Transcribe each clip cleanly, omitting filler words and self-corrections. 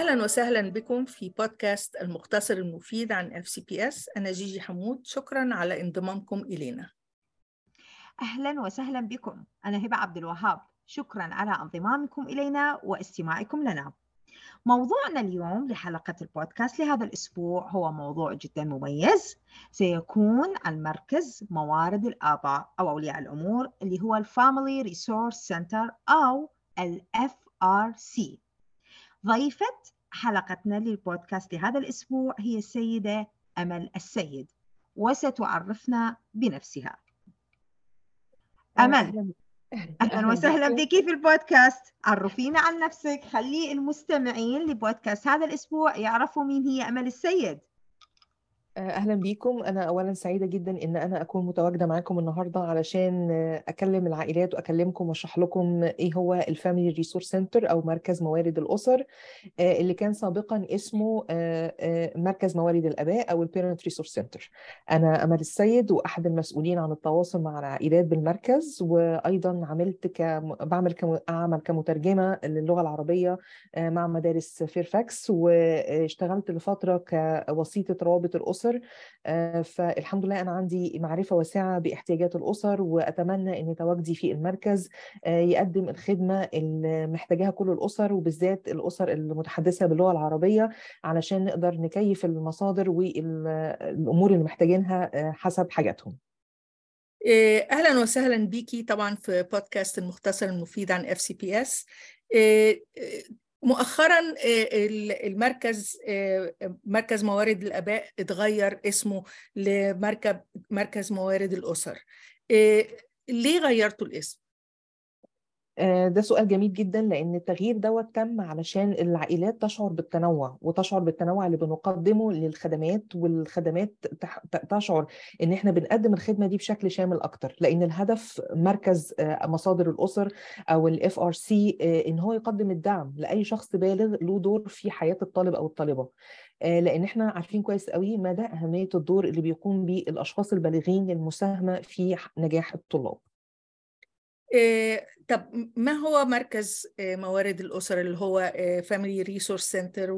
أهلا وسهلا بكم في بودكاست المختصر المفيد عن FCPS. أنا جيجي حمود، شكرا على انضمامكم إلينا. أهلا وسهلا بكم. أنا هبة عبد الوهاب، شكرا على انضمامكم إلينا واستماعكم لنا. موضوعنا اليوم لحلقة البودكاست لهذا الأسبوع هو موضوع جدا مميز، سيكون عن مركز موارد الآباء أو أولياء الأمور اللي هو الفاميلي ريسورس سنتر أو FRC. ضيفة حلقتنا للبودكاست لهذا الأسبوع هي السيدة أمل السيد، وستعرفنا بنفسها. أمل، أهلا وسهلا بك في البودكاست. عرفينا عن نفسك، خلي المستمعين لبودكاست هذا الأسبوع يعرفوا مين هي أمل السيد. أهلا بيكم. أنا أولا سعيدة جدا إن أنا أكون متواجدة معاكم النهاردة علشان أكلم العائلات وأكلمكم وأشرح لكم إيه هو الفاميلي ريسورس سنتر أو مركز موارد الأسر، اللي كان سابقا اسمه مركز موارد الآباء أو البيرنت ريسورس سنتر. أنا أمل السيد وأحد المسؤولين عن التواصل مع العائلات بالمركز، وأيضا أعمل كمترجمة للغة العربية مع مدارس فيرفاكس، واشتغلت لفترة كوسيطة روابط الأسر. فالحمد لله أنا عندي معرفة واسعة باحتياجات الأسر، وأتمنى أن تواجدي في المركز يقدم الخدمة اللي محتاجاها كل الأسر، وبالذات الأسر المتحدثة باللغة العربية، علشان نقدر نكيف المصادر والأمور اللي محتاجينها حسب حاجاتهم. أهلا وسهلا بيكي طبعا في بودكاست المختصر المفيد عن FCPS. مؤخرا المركز مركز موارد الآباء اتغير اسمه لمركز موارد الأسر. ليه غيرتوا الاسم؟ ده سؤال جميل جدا، لأن التغيير دوت تم علشان العائلات تشعر بالتنوع، وتشعر بالتنوع اللي بنقدمه للخدمات، والخدمات تشعر إن إحنا بنقدم الخدمة دي بشكل شامل أكتر، لأن الهدف مركز مصادر الأسر أو ال FRC إن هو يقدم الدعم لأي شخص بالغ له دور في حياة الطالب أو الطالبة، لأن إحنا عارفين كويس قوي مدى أهمية الدور اللي بيقوم به الأشخاص البالغين للمساهمة في نجاح الطلاب. طب ما هو مركز موارد الأسر اللي هو Family Resource Center،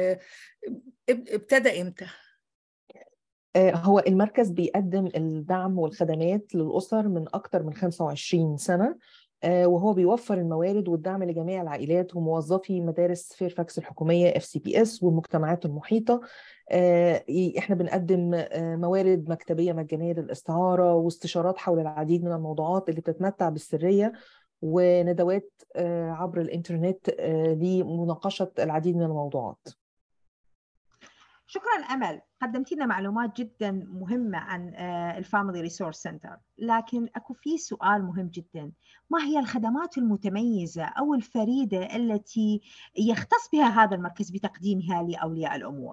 وابتدى إمتى؟ هو المركز بيقدم الدعم والخدمات للأسر من أكثر من 25 سنة، وهو بيوفر الموارد والدعم لجميع العائلات وموظفي مدارس فيرفاكس الحكومية FCPS والمجتمعات المحيطة. احنا بنقدم موارد مكتبية مجانية للاستعارة، واستشارات حول العديد من الموضوعات اللي بتتمتع بالسرية، وندوات عبر الإنترنت لمناقشة العديد من الموضوعات. شكرا أمل، قدمت لنا معلومات جدا مهمة عن الفاميلي ريسورس سنتر، لكن أكو في سؤال مهم جدا: ما هي الخدمات المتميزة أو الفريدة التي يختص بها هذا المركز بتقديمها لأولياء الأمور؟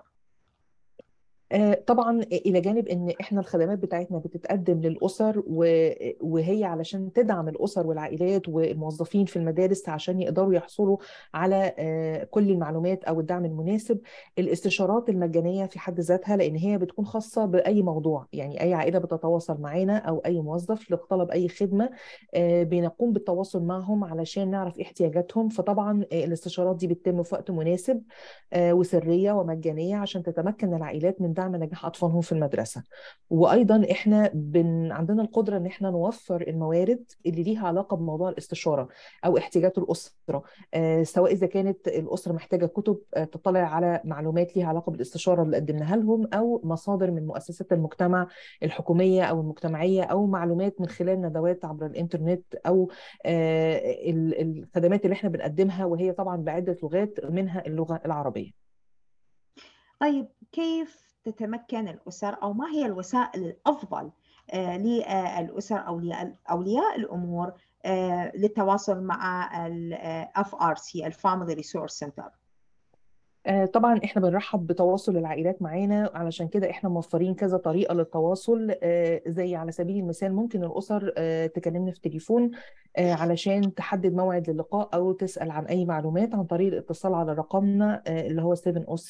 طبعا الى جانب ان احنا الخدمات بتاعتنا بتتقدم للاسر، وهي علشان تدعم الاسر والعائلات والموظفين في المدارس عشان يقدروا يحصلوا على كل المعلومات او الدعم المناسب. الاستشارات المجانيه في حد ذاتها، لان هي بتكون خاصه باي موضوع، يعني اي عائله بتتواصل معانا او اي موظف لطلب اي خدمه بنقوم بالتواصل معهم علشان نعرف احتياجاتهم. فطبعا الاستشارات دي بتتم في وقت مناسب وسريه ومجانيه عشان تتمكن العائلات من دعم نجاح اطفالهم في المدرسه. وايضا احنا عندنا القدره ان احنا نوفر الموارد اللي ليها علاقه بموضوع الاستشاره او احتياجات الاسره، سواء اذا كانت الاسره محتاجه كتب تطلع على معلومات ليها علاقه بالاستشاره اللي قدمناها لهم، او مصادر من مؤسسات المجتمع الحكوميه او المجتمعيه، او معلومات من خلال ندوات عبر الانترنت، او الخدمات اللي احنا بنقدمها، وهي طبعا بعده لغات منها اللغه العربيه. طيب، كيف تتمكن الأسر أو ما هي الوسائل الأفضل للأسر أولياء الأمور للتواصل مع ال FRC الفاميلي ريسورس سنتر؟ طبعا احنا بنرحب بتواصل العائلات معانا، علشان كده احنا موفرين كذا طريقة للتواصل. زي على سبيل المثال ممكن الأسر تكلمنا في تليفون علشان تحدد موعد للقاء أو تسأل عن أي معلومات عن طريق الاتصال على رقمنا اللي هو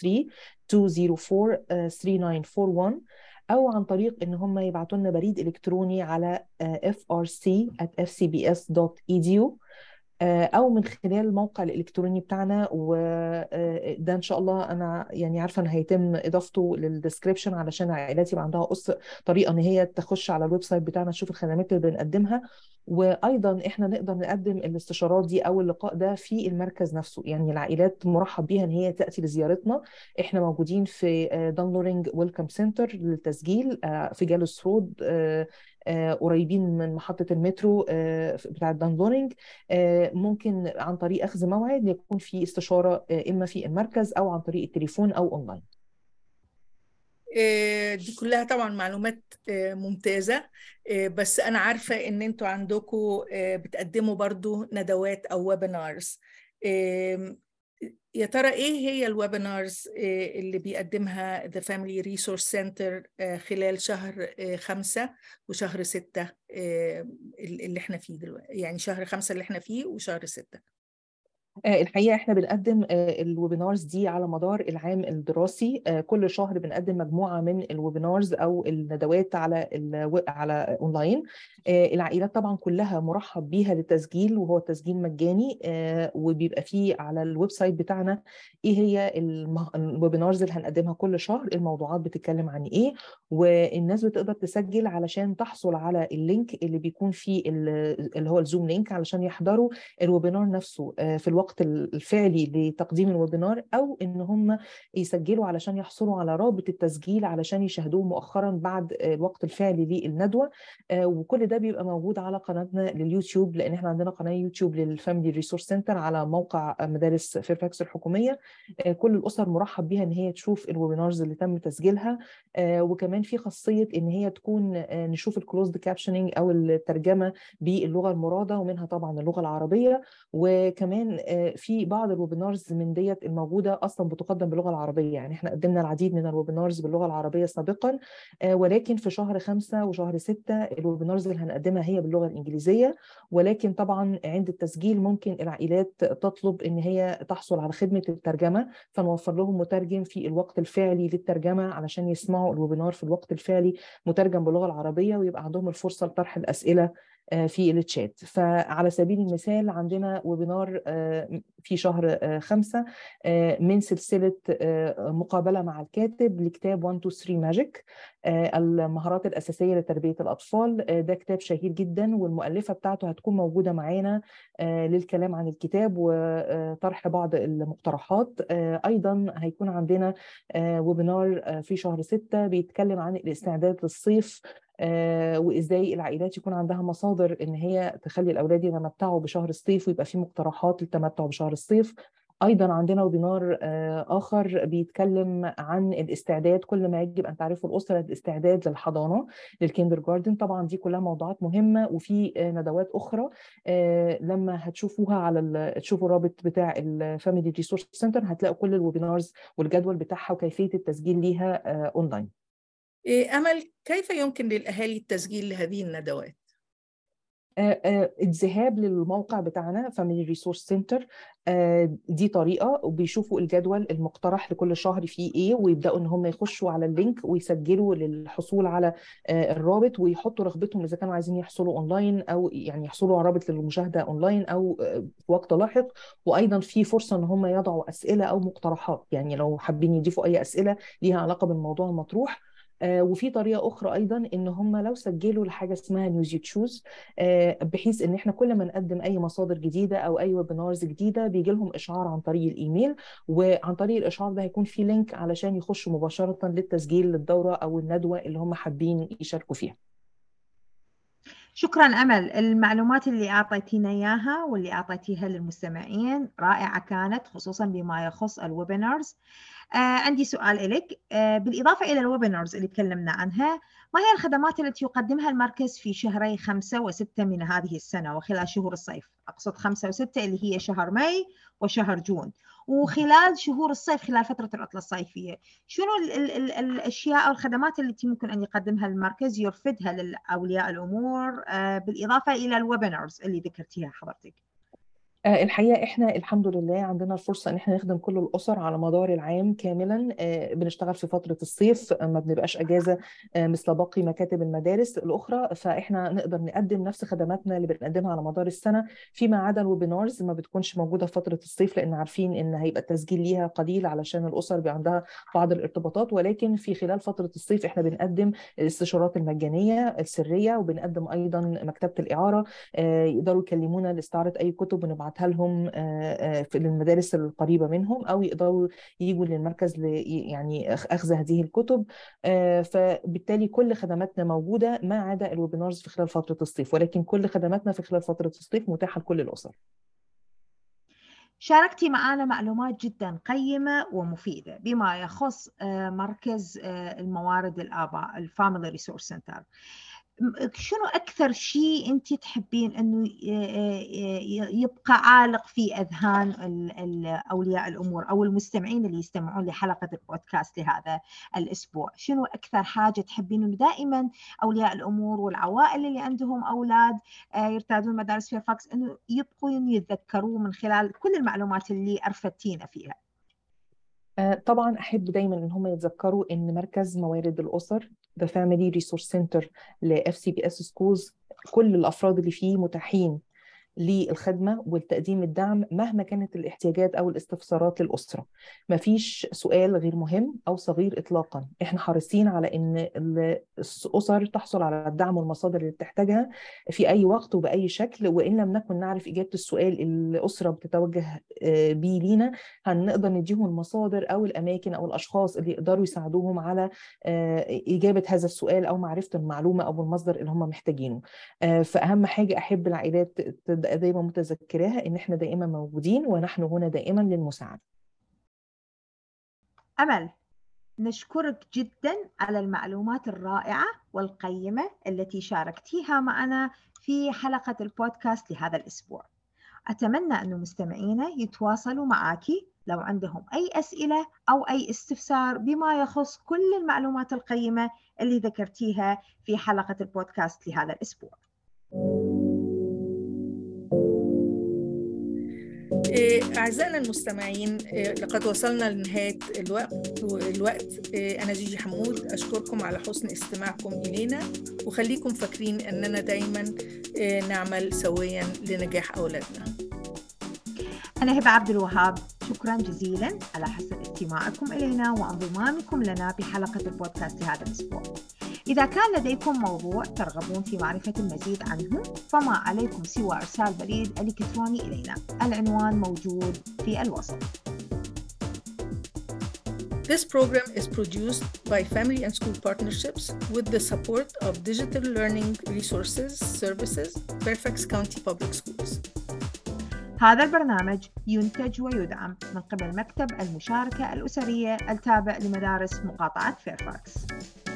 703-204-3941، أو عن طريق إن هم يبعتوا لنا بريد إلكتروني على frc@fcbs.edu. او من خلال الموقع الالكتروني بتاعنا. وده ان شاء الله انا يعني عارفه ان هيتم اضافته للديسكريبشن علشان العائلات يبقى عندها طريقه ان هي تخش على الويب سايت بتاعنا تشوف الخدمات اللي بنقدمها. وايضا احنا نقدر نقدم الاستشارات دي او اللقاء ده في المركز نفسه، يعني العائلات مرحب بيها ان هي تاتي لزيارتنا. احنا موجودين في دانلورينج ويلكم سنتر للتسجيل في جالوس رود، قريبين من محطة المترو بتاعة دانلورينج. ممكن عن طريق أخذ موعد يكون في استشارة إما في المركز أو عن طريق التليفون أو أونلاين. دي كلها طبعا معلومات ممتازة. بس أنا عارفة إن أنتوا عندكم بتقدموا برضو ندوات أو ويبينارز. يا ترى إيه هي الويبينارز اللي بيقدمها The Family Resource Center خلال شهر 5 وشهر 6 اللي احنا فيه دلوقتي، يعني شهر 5 اللي احنا فيه وشهر 6؟ الحقيقة احنا بنقدم الويبينارز دي على مدار العام الدراسي. كل شهر بنقدم مجموعة من الويبينارز او الندوات على اونلاين. العائلات طبعا كلها مرحب بيها للتسجيل، وهو التسجيل مجاني. وبيبقى فيه على الويب سايت بتاعنا ايه هي الويبينارز اللي هنقدمها كل شهر، الموضوعات بتتكلم عن ايه، والناس بتقدر تسجل علشان تحصل على اللينك اللي بيكون فيه اللي هو الزوم لينك علشان يحضروا الويبينار نفسه في الوقت الفعلي لتقديم الويبينار، او ان هم يسجلوا علشان يحصلوا على رابط التسجيل علشان يشاهدوه مؤخرا بعد الوقت الفعلي للندوه. وكل ده بيبقى موجود على قناتنا لليوتيوب، لان احنا عندنا قناه يوتيوب للفاميلي ريسورس سنتر على موقع مدارس فيرفاكس الحكوميه. كل الاسر مرحب بيها ان هي تشوف الويبينارز اللي تم تسجيلها. وكمان في خاصيه ان هي تكون نشوف الكلوزد كابشننج او الترجمه باللغه المراده، ومنها طبعا اللغه العربيه. وكمان في بعض الويبينارز من ديت الموجوده اصلا بتقدم باللغه العربيه، يعني احنا قدمنا العديد من الويبينارز باللغه العربيه سابقا. ولكن في شهر 5 وشهر 6 الويبينارز اللي هنقدمها هي باللغه الانجليزيه. ولكن طبعا عند التسجيل ممكن العائلات تطلب ان هي تحصل على خدمه الترجمه، فنوفر لهم مترجم في الوقت الفعلي للترجمه علشان يسمعوا الويبينار في الوقت الفعلي مترجم باللغه العربيه، ويبقى عندهم الفرصه لطرح الاسئله في التشات. فعلى سبيل المثال عندنا ويبينار في شهر 5 من سلسلة مقابلة مع الكاتب لكتاب 1 2 3 ماجيك، المهارات الأساسية لتربية الأطفال. ده كتاب شهير جدا، والمؤلفة بتاعته هتكون موجودة معانا للكلام عن الكتاب وطرح بعض المقترحات. أيضا هيكون عندنا ويبينار في شهر 6 بيتكلم عن الاستعداد للصيف، وازاي العائلات يكون عندها مصادر ان هي تخلي الاولاد يتمتعوا بشهر الصيف، ويبقى في مقترحات للتمتع بشهر الصيف. ايضا عندنا ويبينار اخر بيتكلم عن الاستعداد، كل ما يجب ان تعرفه الاسره الاستعداد للحضانه للكيندر جاردن. طبعا دي كلها موضوعات مهمه، وفي ندوات اخرى لما هتشوفوها على تشوفوا الرابط بتاع الفاميلي ريسورس سنتر هتلاقوا كل الويبينارز والجدول بتاعها وكيفيه التسجيل ليها اونلاين. أمل، كيف يمكن للأهالي التسجيل لهذه الندوات؟ الذهاب للموقع بتاعنا فاميلي ريسورس سنتر، دي طريقة، وبيشوفوا الجدول المقترح لكل شهر فيه ايه، ويبدأوا ان هم يخشوا على اللينك ويسجلوا للحصول على الرابط، ويحطوا رغبتهم اذا كانوا عايزين يحصلوا اونلاين او يعني يحصلوا على رابط للمشاهدة اونلاين او في وقت لاحق. وايضا في فرصة ان هم يضعوا اسئلة او مقترحات، يعني لو حابين يضيفوا اي اسئلة ليها علاقة بالموضوع المطروح. وفي طريقة أخرى أيضا إن هم لو سجلوا لحاجة اسمها نيوز يو تشوز، بحيث إن إحنا كل ما نقدم أي مصادر جديدة أو أي ويبينارز جديدة بيجي لهم إشعار عن طريق الإيميل، وعن طريق الإشعار ده هيكون في لينك علشان يخشوا مباشرة للتسجيل للدورة أو الندوة اللي هم حابين يشاركوا فيها. شكرا أمل، المعلومات اللي أعطيتينا إياها واللي أعطيتيها للمستمعين رائعة كانت، خصوصا بما يخص الويبينارز. عندي سؤال لك. بالإضافة إلى الويبينارز اللي تكلمنا عنها، ما هي الخدمات التي يقدمها المركز في شهري 5 و6 من هذه السنة وخلال شهور الصيف؟ أقصد 5 و6 اللي هي شهر ماي وشهر جون، وخلال شهور الصيف خلال فترة العطلة الصيفية، شنو الأشياء أو الخدمات التي ممكن أن يقدمها المركز يرفدها لأولياء الأمور بالإضافة إلى الويبينارز اللي ذكرتيها حضرتك؟ الحقيقة احنا الحمد لله عندنا الفرصة ان احنا نخدم كل الأسر على مدار العام كاملا. بنشتغل في فترة الصيف، ما بنبقاش اجازة مثل باقي مكاتب المدارس الأخرى، فاحنا نقدر نقدم نفس خدماتنا اللي بنقدمها على مدار السنة، فيما عدا الويبينارز ما بتكونش موجودة في فترة الصيف، لأن عارفين ان هيبقى التسجيل ليها قليل علشان الأسر بيبقى عندها بعض الارتباطات. ولكن في خلال فترة الصيف احنا بنقدم الاستشارات المجانية السرية، وبنقدم أيضا مكتبة الإعارة، يقدروا يكلمونا لاستعارة أي كتب ونبعتها لهم في المدارس القريبة منهم، أو يقدروا يجوا للمركز يعني أخذ هذه الكتب. فبالتالي كل خدماتنا موجودة ما عدا الويبينارز في خلال فترة الصيف، ولكن كل خدماتنا في خلال فترة الصيف متاحة لكل الأسر. شاركتي معنا معلومات جدا قيمة ومفيدة بما يخص مركز الموارد للآباء الفاميلي ريسورس سنتر. شنو أكثر شيء أنت تحبين أنه يبقى عالق في أذهان أولياء الأمور أو المستمعين اللي يستمعون لحلقة البودكاست لهذا الأسبوع؟ شنو أكثر حاجة تحبين أنه دائما أولياء الأمور والعوائل اللي عندهم أولاد يرتادون مدارس فيرفاكس أنه يبقوا يتذكروا من خلال كل المعلومات اللي أرفتينا فيها؟ طبعا أحب دايما إن هم يتذكروا إن مركز موارد الأسر The Family Resource Center ل FCPS Schools كل الأفراد اللي فيه متاحين للخدمة والتقديم الدعم مهما كانت الاحتياجات أو الاستفسارات للأسرة. مفيش سؤال غير مهم أو صغير إطلاقا. إحنا حريصين على أن الأسر تحصل على الدعم والمصادر اللي بتحتاجها في أي وقت وبأي شكل، وإن لم نكن نعرف إجابة السؤال اللي الأسرة بتتوجه بيه لينا، هنقدر نديهم المصادر أو الأماكن أو الأشخاص اللي يقدروا يساعدوهم على إجابة هذا السؤال أو معرفة المعلومة أو المصدر اللي هم محتاجينه. فأهم حاجة أحب العائلات دايما متذكراها إن إحنا دائما موجودين ونحن هنا دائما للمساعدة. أمل، نشكرك جدا على المعلومات الرائعة والقيمة التي شاركتيها معنا في حلقة البودكاست لهذا الأسبوع. أتمنى أن مستمعينا يتواصلوا معك لو عندهم أي أسئلة أو أي استفسار بما يخص كل المعلومات القيمة اللي ذكرتيها في حلقة البودكاست لهذا الأسبوع. أعزائنا المستمعين، لقد وصلنا لنهاية الوقت. أنا جيجي حمود أشكركم على حسن استماعكم إلينا، وخليكم فاكرين أننا دايما نعمل سويا لنجاح أولادنا. أنا هبة عبد الوهاب، شكرا جزيلا على حسن استماعكم إلينا وانضمامكم لنا بحلقة البودكاست لهذا الأسبوع. إذا كان لديكم موضوع ترغبون في معرفة المزيد عنه فما عليكم سوى إرسال بريد إلكتروني إلينا. العنوان موجود في الوصف. This program is produced by Family and School Partnerships with the support of Digital Learning Resources Services, Fairfax County Public Schools. هذا البرنامج ينتج ويدعم من قبل مكتب المشاركة الأسرية التابع لمدارس مقاطعة فيرفاكس.